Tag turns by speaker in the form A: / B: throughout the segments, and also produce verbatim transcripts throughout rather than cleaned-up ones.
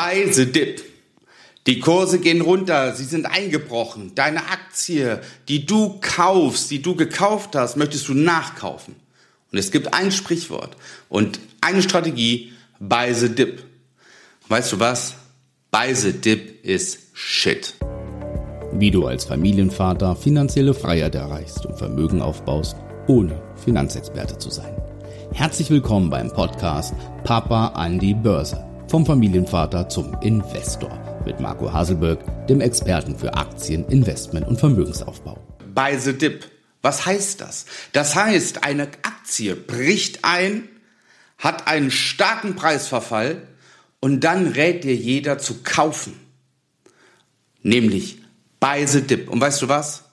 A: Buy the dip. Die Kurse gehen runter, sie sind eingebrochen. Deine Aktie, die du kaufst, die du gekauft hast, möchtest du nachkaufen. Und es gibt ein Sprichwort und eine Strategie, buy the dip. Weißt du was? Buy the dip is shit.
B: Wie du als Familienvater finanzielle Freiheit erreichst und Vermögen aufbaust, ohne Finanzexperte zu sein. Herzlich willkommen beim Podcast Papa an die Börse. Vom Familienvater zum Investor. Mit Marco Haselberg, dem Experten für Aktien, Investment und Vermögensaufbau.
A: Buy the dip. Was heißt das? Das heißt, eine Aktie bricht ein, hat einen starken Preisverfall und dann rät dir jeder zu kaufen. Nämlich buy the dip. Und weißt du was?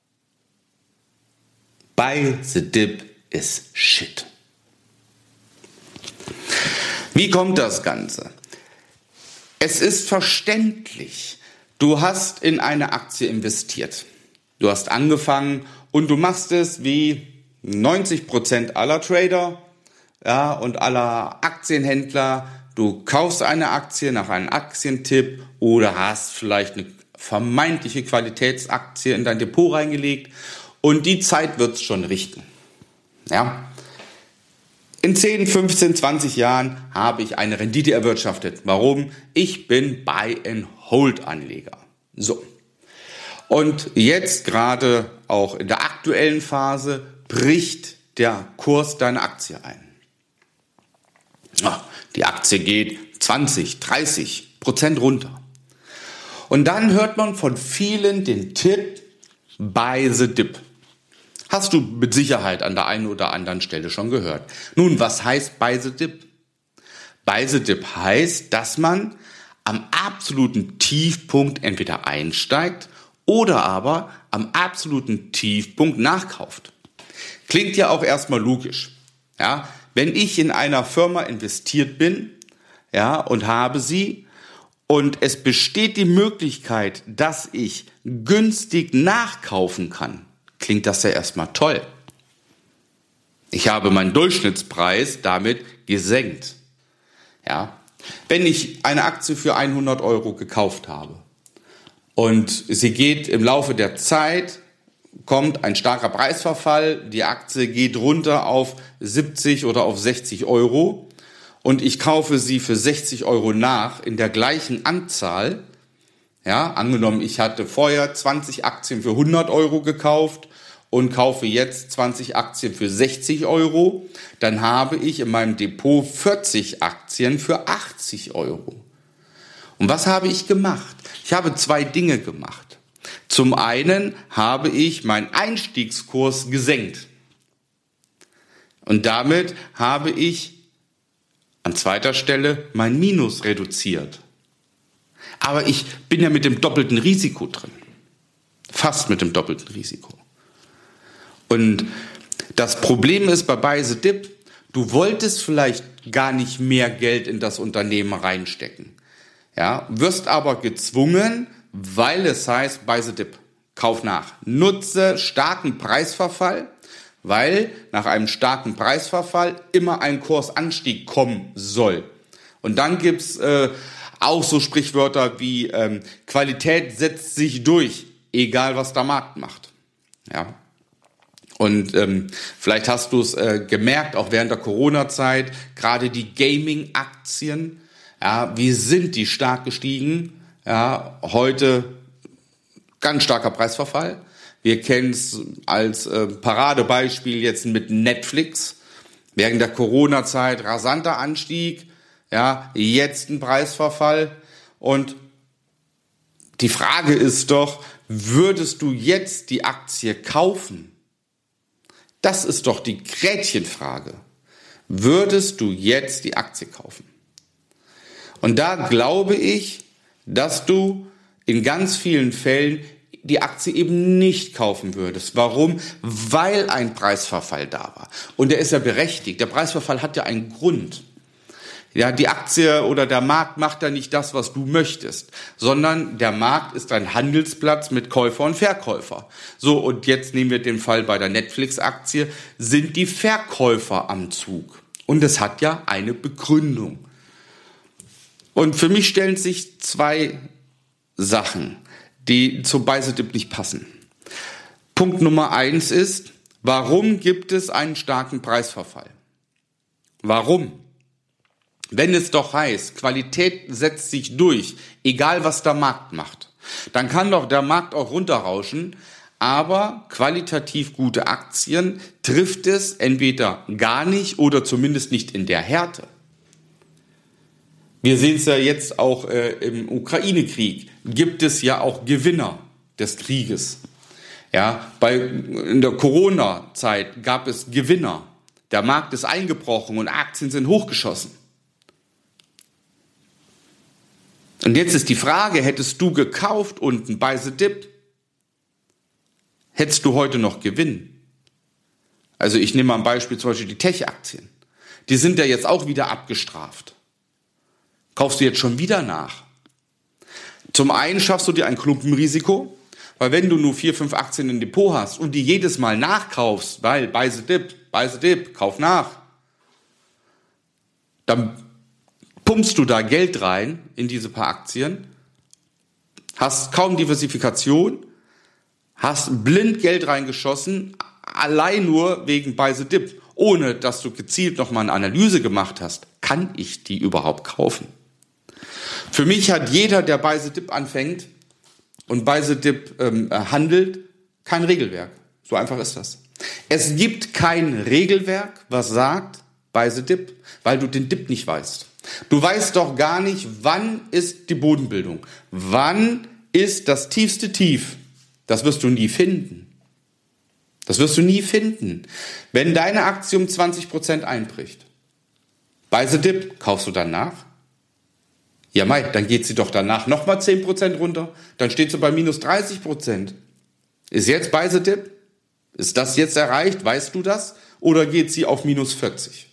A: Buy the dip is shit. Wie kommt das Ganze? Es ist verständlich. Du hast in eine Aktie investiert. Du hast angefangen und du machst es wie neunzig Prozent aller Trader, ja, und aller Aktienhändler. Du kaufst eine Aktie nach einem Aktientipp oder hast vielleicht eine vermeintliche Qualitätsaktie in dein Depot reingelegt und die Zeit wird's schon richten. Ja. In zehn, fünfzehn, zwanzig Jahren habe ich eine Rendite erwirtschaftet. Warum? Ich bin Buy-and-Hold-Anleger. So. Und jetzt gerade auch in der aktuellen Phase bricht der Kurs deiner Aktie ein. Die Aktie geht zwanzig, dreißig Prozent runter. Und dann hört man von vielen den Tipp, buy the dip. Hast du mit Sicherheit an der einen oder anderen Stelle schon gehört. Nun, was heißt buy the dip? Buy the dip heißt, dass man am absoluten Tiefpunkt entweder einsteigt oder aber am absoluten Tiefpunkt nachkauft. Klingt ja auch erstmal logisch. Ja, wenn ich in einer Firma investiert bin, ja, und habe sie und es besteht die Möglichkeit, dass ich günstig nachkaufen kann, klingt das ja erstmal toll. Ich habe meinen Durchschnittspreis damit gesenkt. Ja, wenn ich eine Aktie für hundert Euro gekauft habe und sie geht im Laufe der Zeit, kommt ein starker Preisverfall, die Aktie geht runter auf siebzig oder auf sechzig Euro und ich kaufe sie für sechzig Euro nach in der gleichen Anzahl. Ja, angenommen, ich hatte vorher zwanzig Aktien für hundert Euro gekauft und kaufe jetzt zwanzig Aktien für sechzig Euro, dann habe ich in meinem Depot vierzig Aktien für achtzig Euro. Und was habe ich gemacht? Ich habe zwei Dinge gemacht. Zum einen habe ich meinen Einstiegskurs gesenkt. Und damit habe ich an zweiter Stelle mein Minus reduziert. Aber ich bin ja mit dem doppelten Risiko drin. Fast mit dem doppelten Risiko. Und das Problem ist bei Buy the Dip, du wolltest vielleicht gar nicht mehr Geld in das Unternehmen reinstecken. Ja, wirst aber gezwungen, weil es heißt Buy the Dip, kauf nach. Nutze starken Preisverfall, weil nach einem starken Preisverfall immer ein Kursanstieg kommen soll. Und dann gibt's äh, auch so Sprichwörter wie ähm, Qualität setzt sich durch, egal was der Markt macht. Ja. Und ähm, vielleicht hast du es äh, gemerkt, auch während der Corona-Zeit, gerade die Gaming-Aktien, ja, wie sind die stark gestiegen? Ja, heute ganz starker Preisverfall. Wir kennen es als äh, Paradebeispiel jetzt mit Netflix. Während der Corona-Zeit rasanter Anstieg, ja, jetzt ein Preisverfall. Und die Frage ist doch, würdest du jetzt die Aktie kaufen? Das ist doch die Gretchenfrage. Würdest du jetzt die Aktie kaufen? Und da glaube ich, dass du in ganz vielen Fällen die Aktie eben nicht kaufen würdest. Warum? Weil ein Preisverfall da war. Und der ist ja berechtigt. Der Preisverfall hat ja einen Grund. Ja, die Aktie oder der Markt macht ja nicht das, was du möchtest, sondern der Markt ist ein Handelsplatz mit Käufer und Verkäufer. So, und jetzt nehmen wir den Fall bei der Netflix-Aktie, sind die Verkäufer am Zug. Und es hat ja eine Begründung. Und für mich stellen sich zwei Sachen, die zu Buy the Dip nicht passen. Punkt Nummer eins ist, warum gibt es einen starken Preisverfall? Warum? Wenn es doch heißt, Qualität setzt sich durch, egal was der Markt macht, dann kann doch der Markt auch runterrauschen, aber qualitativ gute Aktien trifft es entweder gar nicht oder zumindest nicht in der Härte. Wir sehen es ja jetzt auch äh, im Ukraine-Krieg, gibt es ja auch Gewinner des Krieges. Ja, bei, in der Corona-Zeit gab es Gewinner. Der Markt ist eingebrochen und Aktien sind hochgeschossen. Und jetzt ist die Frage, hättest du gekauft unten Buy the Dip, hättest du heute noch Gewinn? Also ich nehme mal ein Beispiel, zum Beispiel die Tech-Aktien. Die sind ja jetzt auch wieder abgestraft. Kaufst du jetzt schon wieder nach? Zum einen schaffst du dir ein Klumpenrisiko, weil wenn du nur vier, fünf Aktien im Depot hast und die jedes Mal nachkaufst, weil Buy the Dip, Buy the Dip, kauf nach, dann pumpst du da Geld rein in diese paar Aktien, hast kaum Diversifikation, hast blind Geld reingeschossen, allein nur wegen Buy the Dip, ohne dass du gezielt nochmal eine Analyse gemacht hast. Kann ich die überhaupt kaufen? Für mich hat jeder, der Buy the Dip anfängt und Buy the Dip ähm, handelt, kein Regelwerk. So einfach ist das. Es gibt kein Regelwerk, was sagt Buy the Dip, weil du den Dip nicht weißt. Du weißt doch gar nicht, wann ist die Bodenbildung, wann ist das tiefste Tief. Das wirst du nie finden. Das wirst du nie finden. Wenn deine Aktie um zwanzig Prozent einbricht, Buy the Dip, kaufst du dann nach? Ja, mei, dann geht sie doch danach nochmal zehn Prozent runter, dann steht sie bei minus dreißig Prozent. Ist jetzt Buy the Dip? Ist das jetzt erreicht? Weißt du das? Oder geht sie auf minus vierzig?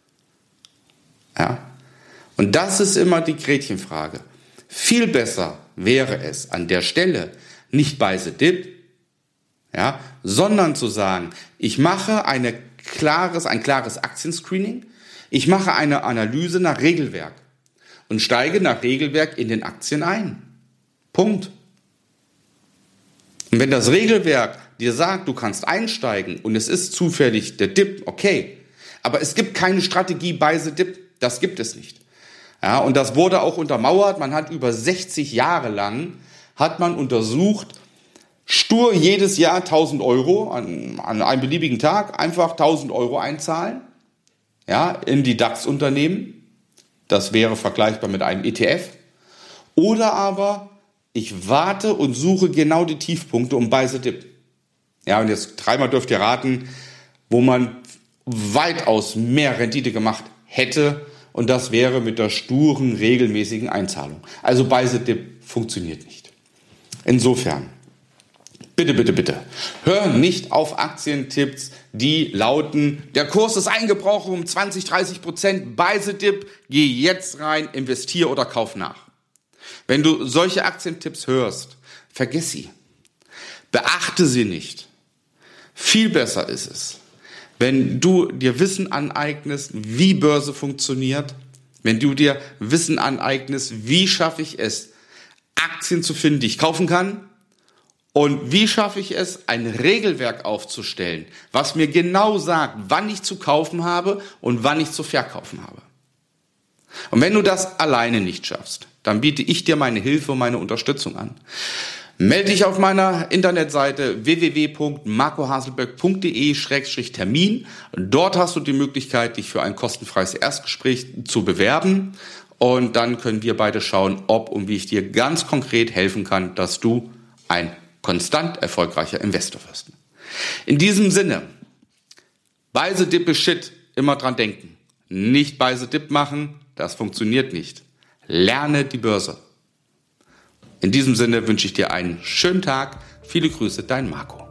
A: Ja. Und das ist immer die Gretchenfrage. Viel besser wäre es an der Stelle, nicht Buy the Dip, ja, sondern zu sagen, ich mache eine klares, ein klares Aktienscreening, ich mache eine Analyse nach Regelwerk und steige nach Regelwerk in den Aktien ein. Punkt. Und wenn das Regelwerk dir sagt, du kannst einsteigen und es ist zufällig der Dip, okay, aber es gibt keine Strategie Buy the Dip, das gibt es nicht. Ja, und das wurde auch untermauert. Man hat über sechzig Jahre lang, hat man untersucht, stur jedes Jahr tausend Euro an, an einem beliebigen Tag, einfach tausend Euro einzahlen, ja, in die DAX-Unternehmen. Das wäre vergleichbar mit einem E T F. Oder aber ich warte und suche genau die Tiefpunkte um Buy the Dip. Ja, und jetzt dreimal dürft ihr raten, wo man weitaus mehr Rendite gemacht hätte. Und das wäre mit der sturen, regelmäßigen Einzahlung. Also Buy the Dip funktioniert nicht. Insofern, bitte, bitte, bitte, hör nicht auf Aktientipps, die lauten, der Kurs ist eingebrochen um zwanzig, dreißig Prozent, Buy the Dip, geh jetzt rein, investier oder kauf nach. Wenn du solche Aktientipps hörst, vergiss sie. Beachte sie nicht. Viel besser ist es, wenn du dir Wissen aneignest, wie Börse funktioniert, wenn du dir Wissen aneignest, wie schaffe ich es, Aktien zu finden, die ich kaufen kann, und wie schaffe ich es, ein Regelwerk aufzustellen, was mir genau sagt, wann ich zu kaufen habe und wann ich zu verkaufen habe. Und wenn du das alleine nicht schaffst, dann biete ich dir meine Hilfe und meine Unterstützung an. Melde dich auf meiner Internetseite w w w punkt marco haselböck punkt d e Schrägstrich Termin. Dort hast du die Möglichkeit, dich für ein kostenfreies Erstgespräch zu bewerben. Und dann können wir beide schauen, ob und wie ich dir ganz konkret helfen kann, dass du ein konstant erfolgreicher Investor wirst. In diesem Sinne, Buy the Dip is shit, immer dran denken. Nicht Buy the Dip machen, das funktioniert nicht. Lerne die Börse. In diesem Sinne wünsche ich dir einen schönen Tag. Viele Grüße, dein Marco.